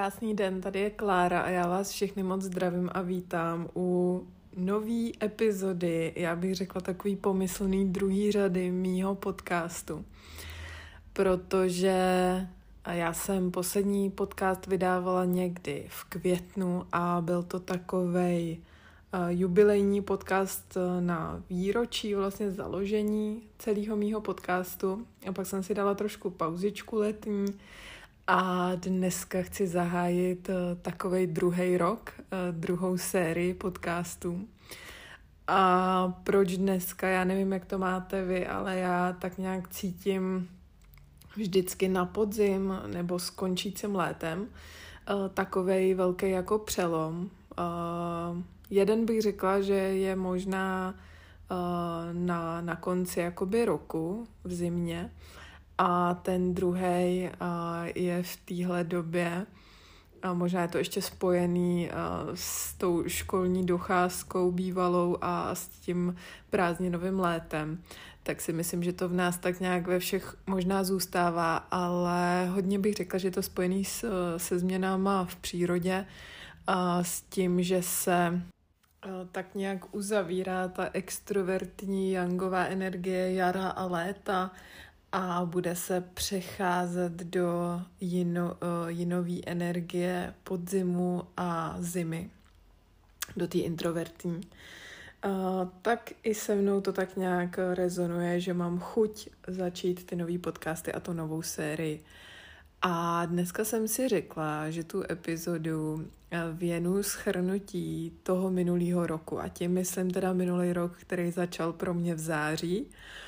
Krásný den, tady je Klára a já vás všechny moc zdravím a vítám u nový epizody, já bych řekla takový pomyslný druhý řady mýho podcastu. Protože já jsem poslední podcast vydávala někdy v květnu a byl to takovej jubilejní podcast na výročí vlastně založení celého mýho podcastu. A pak jsem si dala trošku pauzičku letní a dneska chci zahájit takovej druhý rok, druhou sérii podcastů. A proč dneska? Já nevím, jak to máte vy, ale já tak nějak cítím vždycky na podzim nebo s končícím létem takovej velký jako přelom. Jeden bych řekla, že je možná na konci jakoby roku v zimě a ten druhý je v téhle době. Možná je to ještě spojený s tou školní docházkou bývalou a s tím prázdninovým létem. Tak si myslím, že to v nás tak nějak ve všech možná zůstává, ale hodně bych řekla, že je to spojený se změnama v přírodě a s tím, že se tak nějak uzavírá ta extrovertní jangová energie jara a léta a bude se přecházet do jinové energie podzimu a zimy, do té introvertní. Tak i se mnou to tak nějak rezonuje, že mám chuť začít ty nový podcasty a tu novou sérii. A dneska jsem si řekla, že tu epizodu věnu shrnutí toho minulého roku. A tím myslím teda minulý rok, který začal pro mě v září.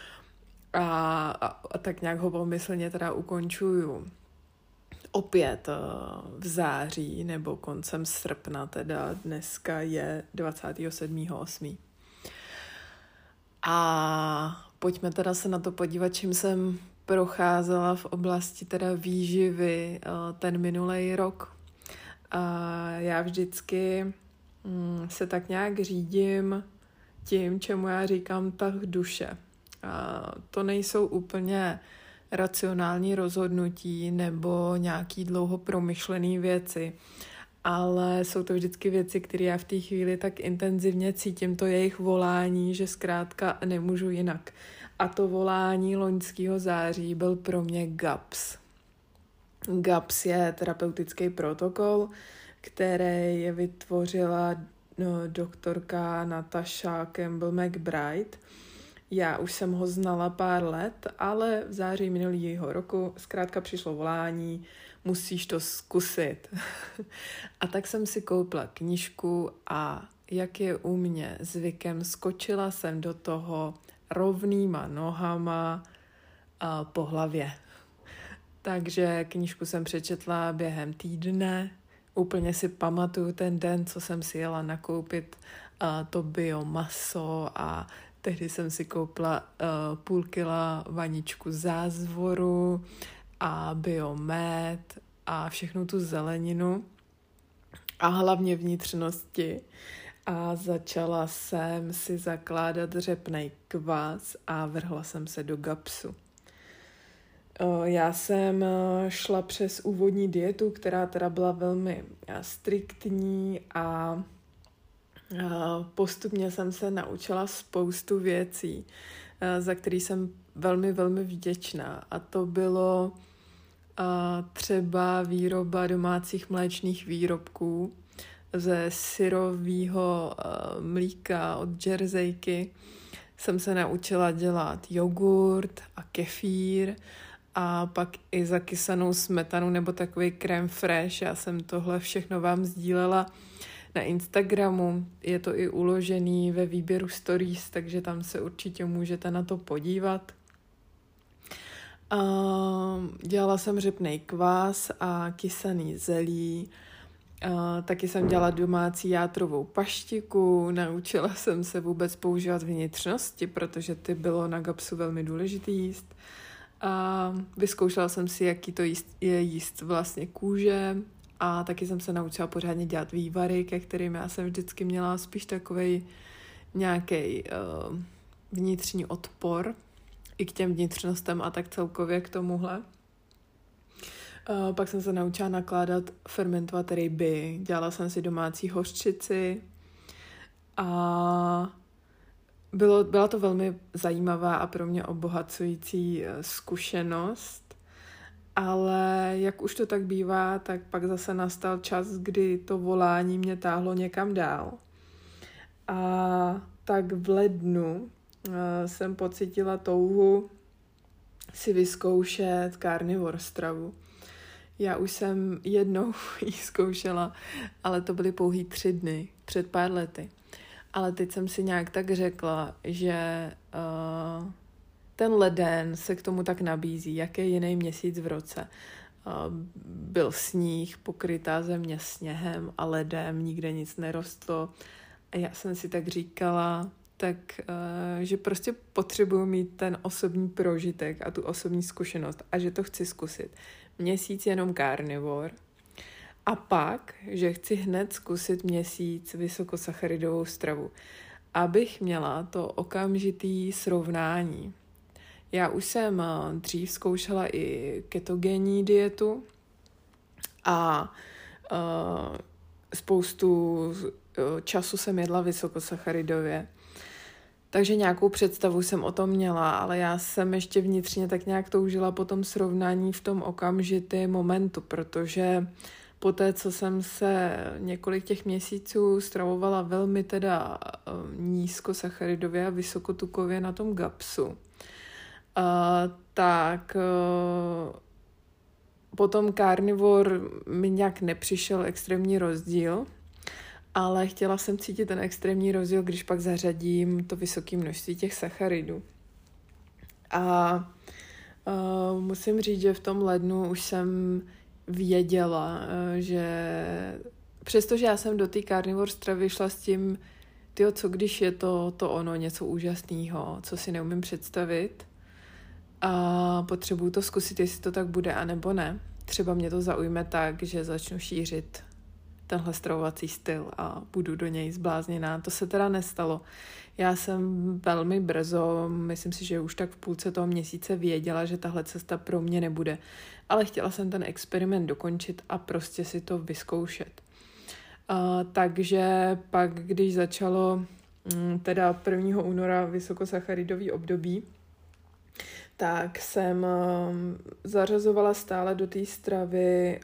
A tak nějak ho pomyslně teda ukončuju opět v září nebo koncem srpna, teda dneska je 27.8. A pojďme teda se na to podívat, čím jsem procházela v oblasti teda výživy ten minulý rok. Já vždycky se tak nějak řídím tím, čemu já říkám tah duše. To nejsou úplně racionální rozhodnutí nebo nějaký dlouho promyšlený věci, ale jsou to vždycky věci, které já v té chvíli tak intenzivně cítím, to jejich volání, že zkrátka nemůžu jinak. A to volání loňského září byl pro mě GAPS. GAPS je terapeutický protokol, který vytvořila doktorka Natasha Campbell McBride. Já už jsem ho znala pár let, ale v září minulého roku zkrátka přišlo volání, musíš to zkusit. A tak jsem si koupila knížku a jak je u mě zvykem, skočila jsem do toho rovnýma nohama po hlavě. Takže knížku jsem přečetla během týdne, úplně si pamatuju ten den, co jsem si jela nakoupit to biomaso a tehdy jsem si koupila půl kila vaničku zázvoru a biomed a všechnu tu zeleninu a hlavně vnitřnosti. A začala jsem si zakládat řepnej kvas a vrhla jsem se do GAPSu. Já jsem šla přes úvodní dietu, která teda byla velmi striktní a postupně jsem se naučila spoustu věcí, za které jsem velmi, velmi vděčná. A to bylo třeba výroba domácích mléčných výrobků ze syrového mlíka od Jerseyky. Jsem se naučila dělat jogurt a kefír a pak i zakysanou smetanu nebo takový crème fraîche. Já jsem tohle všechno vám sdílela na Instagramu, je to i uložený ve výběru stories, takže tam se určitě můžete na to podívat. Dělala jsem řepnej kvás a kysaný zelí, taky jsem dělala domácí játrovou paštiku, naučila jsem se vůbec používat vnitřnosti, protože ty bylo na GAPSu velmi důležitý jíst. Vyzkoušela jsem si, jaký to je jíst vlastně kůže, a taky jsem se naučila pořádně dělat vývary, ke kterým já jsem vždycky měla spíš takovej nějaký vnitřní odpor i k těm vnitřnostem a tak celkově k tomuhle. Pak jsem se naučila nakládat, fermentovat ryby, dělala jsem si domácí hořčici a byla to velmi zajímavá a pro mě obohacující zkušenost, ale jak už to tak bývá, tak pak zase nastal čas, kdy to volání mě táhlo někam dál. A tak v lednu jsem pocítila touhu si vyzkoušet carnivore stravu. Já už jsem jednou ji zkoušela, ale to byly pouhý 3 dny, před pár lety. Ale teď jsem si nějak tak řekla, že ten leden se k tomu tak nabízí, jaký jiný měsíc v roce. Byl sníh, pokrytá země sněhem a ledem, nikde nic nerostlo. A já jsem si tak říkala, že prostě potřebuju mít ten osobní prožitek a tu osobní zkušenost a že to chci zkusit. Měsíc jenom carnivore a pak, že chci hned zkusit měsíc vysokosacharidovou stravu, abych měla to okamžitý srovnání. Já už jsem dřív zkoušela i ketogenní dietu a spoustu času jsem jedla vysokosacharidově. Takže nějakou představu jsem o tom měla, ale já jsem ještě vnitřně tak nějak toužila po tom srovnání v tom okamžitém momentu, protože poté, co jsem se několik těch měsíců stravovala velmi teda nízkosacharidově a vysokotukově na tom GAPSu, tak potom carnivore mi nějak nepřišel extrémní rozdíl, ale chtěla jsem cítit ten extrémní rozdíl, když pak zařadím to vysoké množství těch sacharidů. A musím říct, že v tom lednu už jsem věděla, že přestože já jsem do té carnivore stravy šla s tím, co když je to ono, něco úžasného, co si neumím představit a potřebuju to zkusit, jestli to tak bude, anebo ne. Třeba mě to zaujme tak, že začnu šířit tenhle stravovací styl a budu do něj zblázněná. To se teda nestalo. Já jsem velmi brzo, myslím si, že už tak v půlce toho měsíce věděla, že tahle cesta pro mě nebude. Ale chtěla jsem ten experiment dokončit a prostě si to vyzkoušet. Takže pak, když začalo teda 1. února vysokosacharidový období, tak jsem zařazovala stále do té stravy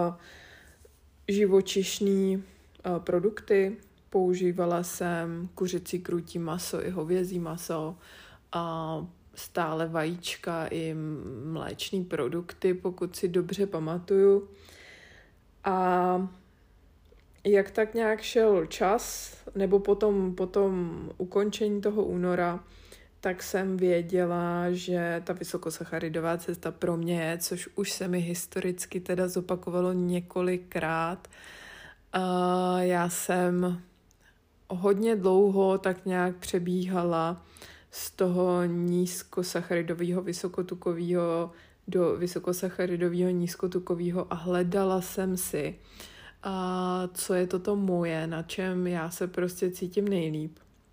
živočišný produkty. Používala jsem kuřecí krůtí maso i hovězí maso a stále vajíčka i mléčný produkty, pokud si dobře pamatuju. A jak tak nějak šel čas, nebo potom ukončení toho února, tak jsem věděla, že ta vysokosacharidová cesta pro mě je, což už se mi historicky teda zopakovalo několikrát. Já jsem hodně dlouho tak nějak přebíhala z toho nízkosacharidového vysokotukového do vysokosacharidového nízkotukového a hledala jsem si, co je toto moje, na čem já se prostě cítím nejlíp.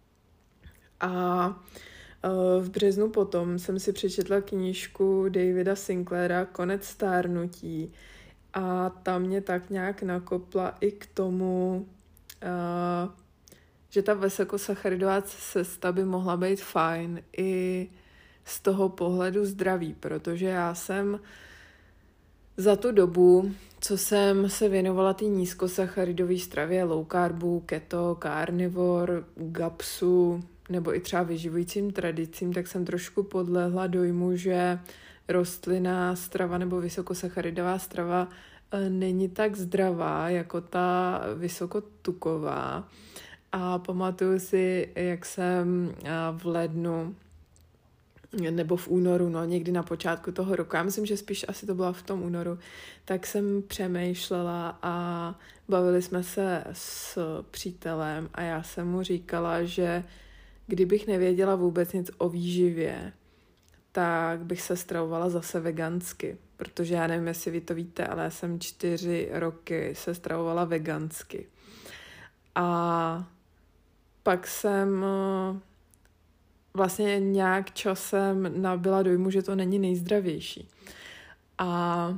A v březnu potom jsem si přečetla knížku Davida Sinclaira Konec stárnutí a ta mě tak nějak nakopla i k tomu, že ta vysokosacharidová cesta by mohla být fajn i z toho pohledu zdraví, protože já jsem za tu dobu, co jsem se věnovala té nízkosacharidové stravě, low carbu, keto, carnivore, GAPSu, nebo i třeba vyživujícím tradicím, tak jsem trošku podlehla dojmu, že rostlinná strava nebo vysokosacharidová strava není tak zdravá jako ta vysokotuková. A pamatuju si, jak jsem v lednu nebo v únoru, někdy na počátku toho roku, já myslím, že spíš asi to bylo v tom únoru, tak jsem přemýšlela a bavili jsme se s přítelem a já jsem mu říkala, že kdybych nevěděla vůbec nic o výživě, tak bych se stravovala zase vegansky, protože já nevím, jestli vy to víte, ale já jsem 4 roky se stravovala vegansky. A pak jsem vlastně nějak časem nabyla dojmu, že to není nejzdravější. A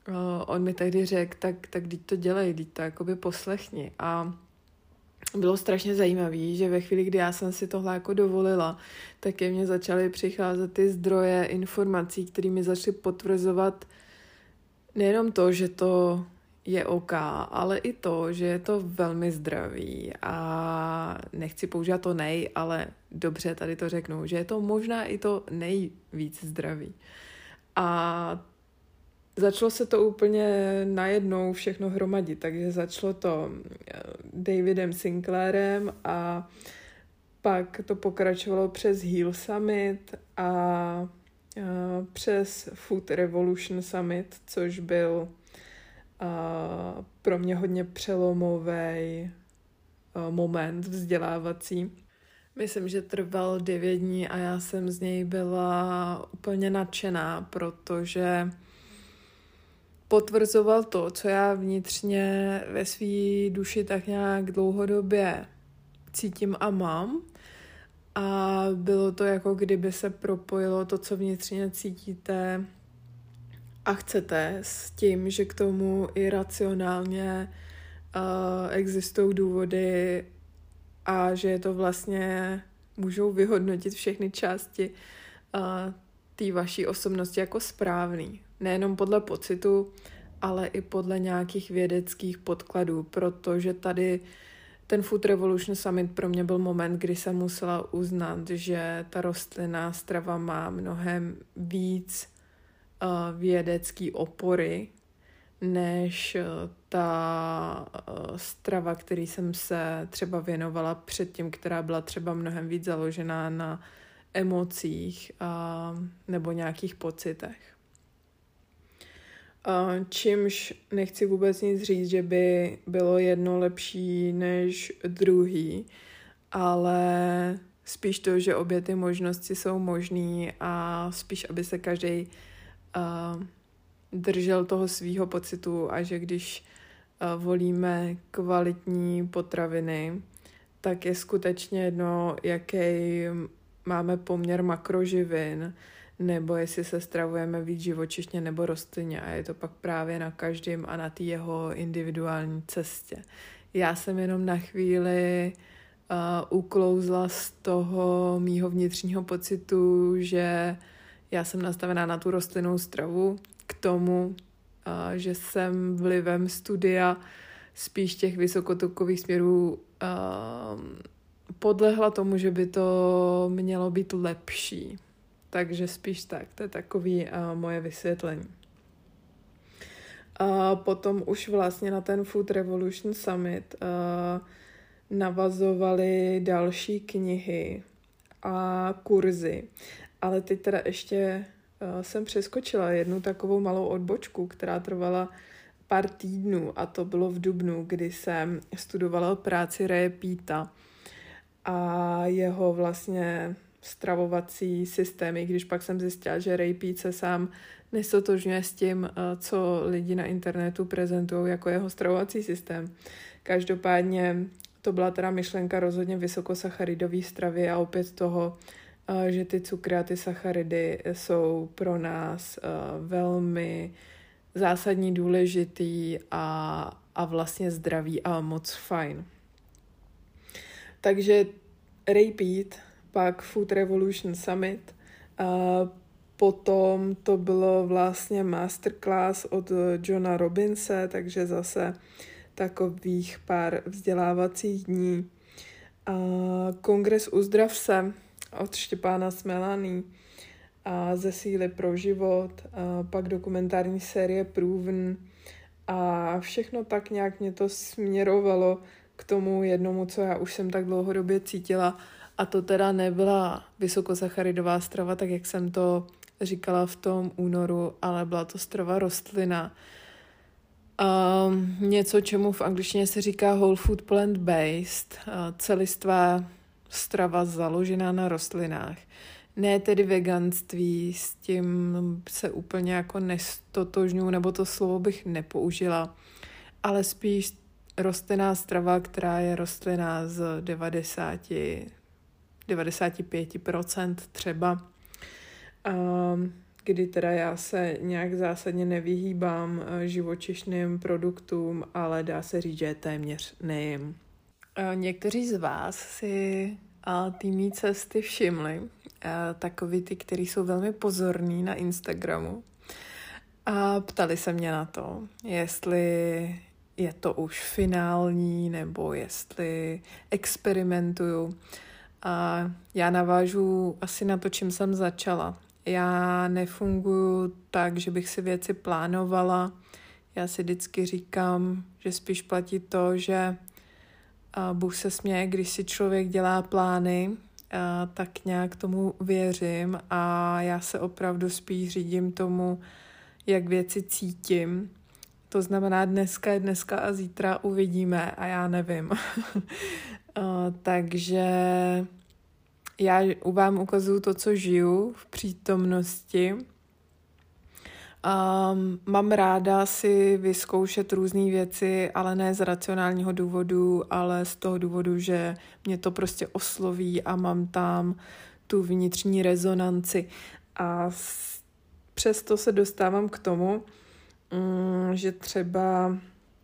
on mi tehdy řekl, tak teď to dělej, teď to jakoby poslechni. A bylo strašně zajímavé, že ve chvíli, kdy já jsem si tohle jako dovolila, tak ke mně začaly přicházet ty zdroje informací, které mi začaly potvrzovat nejenom to, že to je OK, ale i to, že je to velmi zdravý a nechci používat to ale dobře, tady to řeknu, že je to možná i to nejvíc zdravý. A začalo se to úplně najednou všechno hromadit, takže začalo to Davidem Sinclairem a pak to pokračovalo přes Heal Summit a přes Food Revolution Summit, což byl pro mě hodně přelomový moment vzdělávací. Myslím, že trval 9 dní a já jsem z něj byla úplně nadšená, protože potvrzoval to, co já vnitřně ve své duši tak nějak dlouhodobě cítím a mám. A bylo to jako kdyby se propojilo to, co vnitřně cítíte a chcete, s tím, že k tomu i racionálně existují důvody a že je to vlastně můžou vyhodnotit všechny části té vaší osobnosti jako správný. Nejenom podle pocitu, ale i podle nějakých vědeckých podkladů, protože tady ten Food Revolution Summit pro mě byl moment, kdy jsem musela uznat, že ta rostlinná strava má mnohem víc vědecký opory, než ta strava, který jsem se třeba věnovala předtím, která byla třeba mnohem víc založená na emocích nebo nějakých pocitech. Čímž nechci vůbec nic říct, že by bylo jedno lepší než druhý, ale spíš to, že obě ty možnosti jsou možný a spíš, aby se každý držel toho svýho pocitu a že když volíme kvalitní potraviny, tak je skutečně jedno, jaký máme poměr makroživin, nebo jestli se stravujeme víc živočišně nebo rostlinně a je to pak právě na každém a na té jeho individuální cestě. Já jsem jenom na chvíli uklouzla z toho mýho vnitřního pocitu, že já jsem nastavená na tu rostlinnou stravu k tomu, že jsem vlivem studia spíš těch vysokotukových směrů podlehla tomu, že by to mělo být lepší. Takže spíš tak, to je takový moje vysvětlení. A potom už vlastně na ten Food Revolution Summit navazovaly další knihy a kurzy. Ale teď teda ještě jsem přeskočila jednu takovou malou odbočku, která trvala pár týdnů a to bylo v dubnu, kdy jsem studovala práci Raye Peata a jeho vlastně stravovací systémy, když pak jsem zjistila, že Ray Peat se sám nestotožňuje s tím, co lidi na internetu prezentují jako jeho stravovací systém. Každopádně to byla teda myšlenka rozhodně vysokosacharidové stravy a opět toho, že ty cukry a ty sacharidy jsou pro nás velmi zásadní, důležitý a vlastně zdraví a moc fajn. Takže Ray Peat, pak Food Revolution Summit, potom to bylo vlastně masterclass od Johna Robbinse, takže zase takových pár vzdělávacích dní. Kongres Uzdrav se od Štěpána Smelaný, Ze síly pro život, pak dokumentární série Proven a všechno tak nějak mě to směrovalo k tomu jednomu, co já už jsem tak dlouhodobě cítila, a to teda nebyla vysokosacharidová strava, tak jak jsem to říkala v tom únoru, ale byla to strava rostlina. Něco, čemu v angličtině se říká whole food plant-based, celistvá strava založená na rostlinách. Ne tedy veganství, s tím se úplně jako nestotožňuji, nebo to slovo bych nepoužila, ale spíš rostlinná strava, která je rostlinná z 95% třeba, kdy teda já se nějak zásadně nevyhýbám živočišným produktům, ale dá se říct, že téměř nejím. Někteří z vás si té mý cesty všimli, takový ty, kteří jsou velmi pozorní na Instagramu, a ptali se mě na to, jestli je to už finální, nebo jestli experimentuju. A já navážu asi na to, čím jsem začala. Já nefunguju tak, že bych si věci plánovala. Já si vždycky říkám, že spíš platí to, že Bůh se směje, když si člověk dělá plány, tak nějak tomu věřím a já se opravdu spíš řídím tomu, jak věci cítím. To znamená, dneska je dneska a zítra uvidíme a já nevím. Takže já vám ukazuju to, co žiju v přítomnosti. Mám ráda si vyzkoušet různé věci, ale ne z racionálního důvodu, ale z toho důvodu, že mě to prostě osloví a mám tam tu vnitřní rezonanci. A přesto se dostávám k tomu, že třeba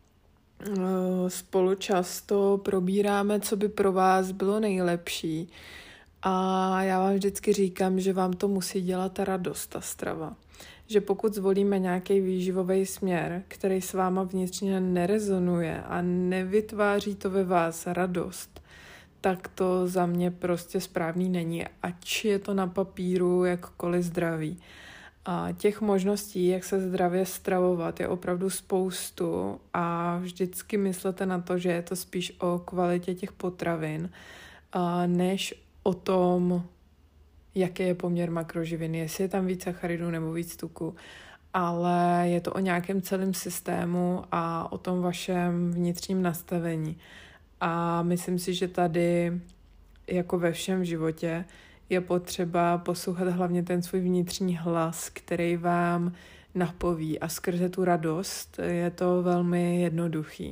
spolu často probíráme, co by pro vás bylo nejlepší. A já vám vždycky říkám, že vám to musí dělat radost, ta strava. Že pokud zvolíme nějaký výživový směr, který s váma vnitřně nerezonuje a nevytváří to ve vás radost, tak to za mě prostě správný není, ať je to na papíru jakkoliv zdravý. A těch možností, jak se zdravě stravovat, je opravdu spoustu a vždycky myslete na to, že je to spíš o kvalitě těch potravin, než o tom, jaký je poměr makroživin, jestli je tam víc sacharidů nebo víc tuku, ale je to o nějakém celém systému a o tom vašem vnitřním nastavení. A myslím si, že tady, jako ve všem v životě, je potřeba poslouchat hlavně ten svůj vnitřní hlas, který vám napoví a skrze tu radost je to velmi jednoduchý.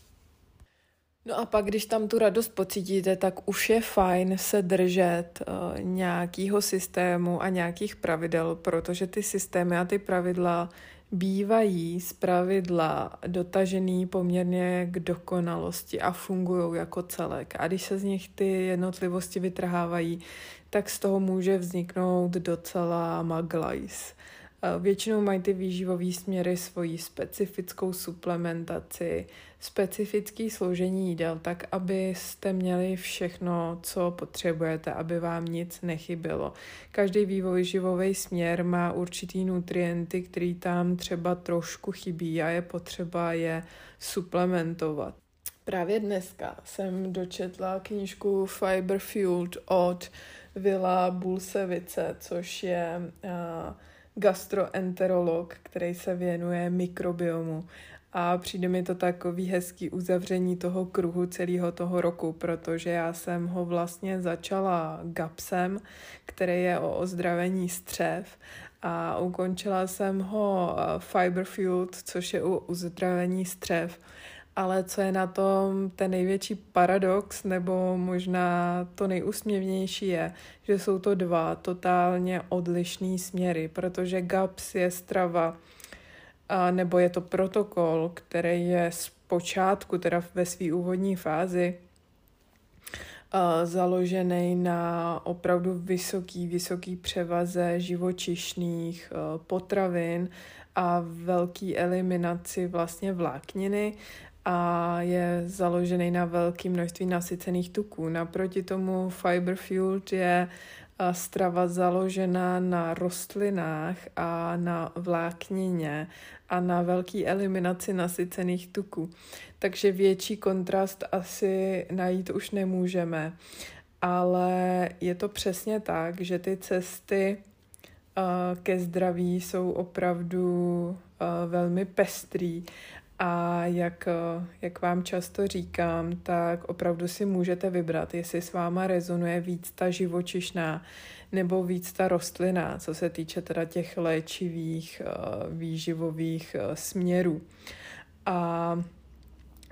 No a pak, když tam tu radost pocítíte, tak už je fajn se držet nějakého systému a nějakých pravidel, protože ty systémy a ty pravidla bývají zpravidla dotažený poměrně k dokonalosti a fungují jako celek. A když se z nich ty jednotlivosti vytrhávají, tak z toho může vzniknout docela maglajs. Většinou mají ty výživové směry svoji specifickou suplementaci, specifické složení jídel, tak abyste měli všechno, co potřebujete, aby vám nic nechybělo. Každý výživový směr má určitý nutrienty, který tam třeba trošku chybí a je potřeba je suplementovat. Právě dneska jsem dočetla knížku Fiber Fueled od Willa Bulsiewicze, což je gastroenterolog, který se věnuje mikrobiomu. A přijde mi to takový hezký uzavření toho kruhu celého toho roku, protože já jsem ho vlastně začala GAPSem, který je o ozdravení střev, a ukončila jsem ho Fiber Fueled, což je o uzdravení střev. Ale co je na tom ten největší paradox, nebo možná to nejúsměvnější je, že jsou to dva totálně odlišný směry, protože GAPS je strava, nebo je to protokol, který je z počátku, teda ve své úvodní fázi, založený na opravdu vysoký převaze živočišných potravin a velký eliminaci vlastně vlákniny a je založený na velké množství nasycených tuků. Naproti tomu Fiber Fueled je strava založená na rostlinách a na vláknině a na velké eliminaci nasycených tuků. Takže větší kontrast asi najít už nemůžeme. Ale je to přesně tak, že ty cesty ke zdraví jsou opravdu velmi pestrý. A jak vám často říkám, tak opravdu si můžete vybrat, jestli s váma rezonuje víc ta živočišná nebo víc ta rostlinná, co se týče teda těch léčivých výživových směrů. A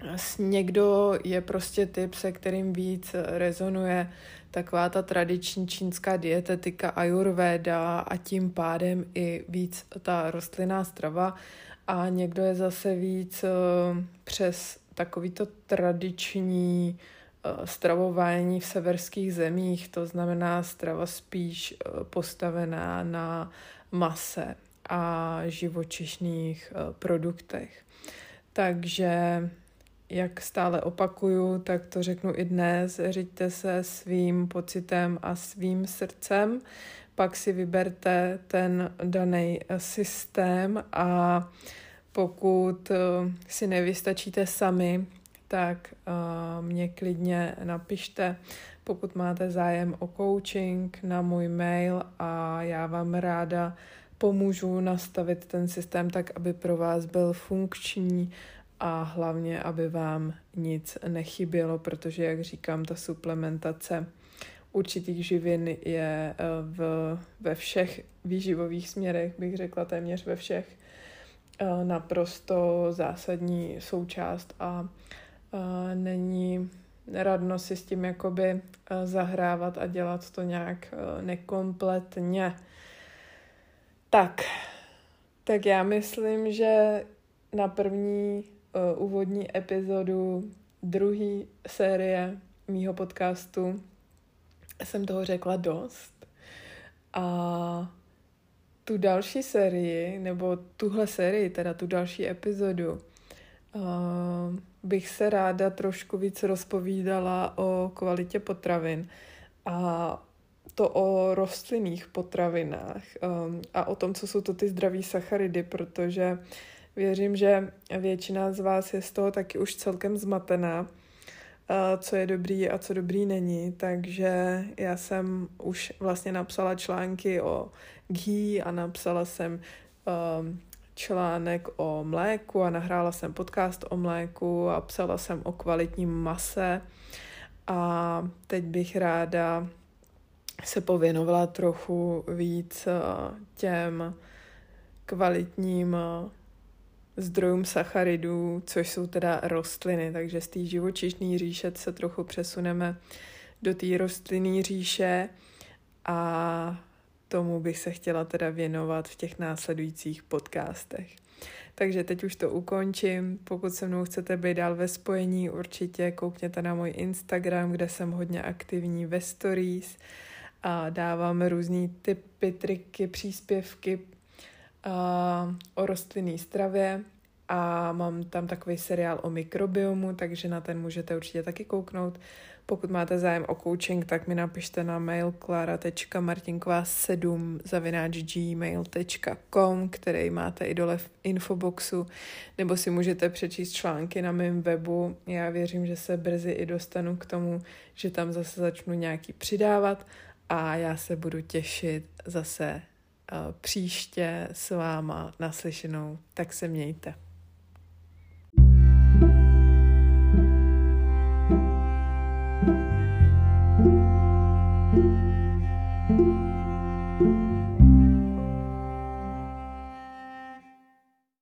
Někdo je prostě typ, se kterým víc rezonuje taková ta tradiční čínská dietetika ayurveda a tím pádem i víc ta rostlinná strava a někdo je zase víc přes takovýto tradiční stravování v severských zemích, to znamená strava spíš postavená na mase a živočišných produktech. Takže jak stále opakuju, tak to řeknu i dnes, řiďte se svým pocitem a svým srdcem, pak si vyberte ten daný systém a pokud si nevystačíte sami, tak mě klidně napište, pokud máte zájem o coaching na můj mail a já vám ráda pomůžu nastavit ten systém tak, aby pro vás byl funkční a hlavně, aby vám nic nechybělo, protože, jak říkám, ta suplementace určitých živin je ve všech výživových směrech, bych řekla téměř ve všech, naprosto zásadní součást a není radno si s tím jakoby zahrávat a dělat to nějak nekompletně. Tak já myslím, že na první úvodní epizodu druhé série mýho podcastu jsem toho řekla dost. A tu další sérii, nebo tuhle sérii, teda tu další epizodu, bych se ráda trošku víc rozpovídala o kvalitě potravin a to o rostlinných potravinách a o tom, co jsou to ty zdraví sacharidy, protože věřím, že většina z vás je z toho taky už celkem zmatená, co je dobrý a co dobrý není, takže já jsem už vlastně napsala články o ghee a napsala jsem článek o mléku a nahrála jsem podcast o mléku a psala jsem o kvalitním mase a teď bych ráda se pověnovala trochu víc těm kvalitním zdrojům sacharidů, což jsou teda rostliny, takže z té živočišné říše se trochu přesuneme do té rostlinné říše a tomu bych se chtěla teda věnovat v těch následujících podcastech. Takže teď už to ukončím. Pokud se mnou chcete být dál ve spojení, určitě koukněte na můj Instagram, kde jsem hodně aktivní ve stories a dávám různý tipy, triky, příspěvky o rostlinné stravě a mám tam takový seriál o mikrobiomu, takže na ten můžete určitě taky kouknout. Pokud máte zájem o coaching, tak mi napište na mail klara.martinková7@gmail.com, který máte i dole v infoboxu, nebo si můžete přečíst články na mém webu. Já věřím, že se brzy i dostanu k tomu, že tam zase začnu nějaký přidávat a já se budu těšit zase příště s váma naslyšenou. Tak se mějte.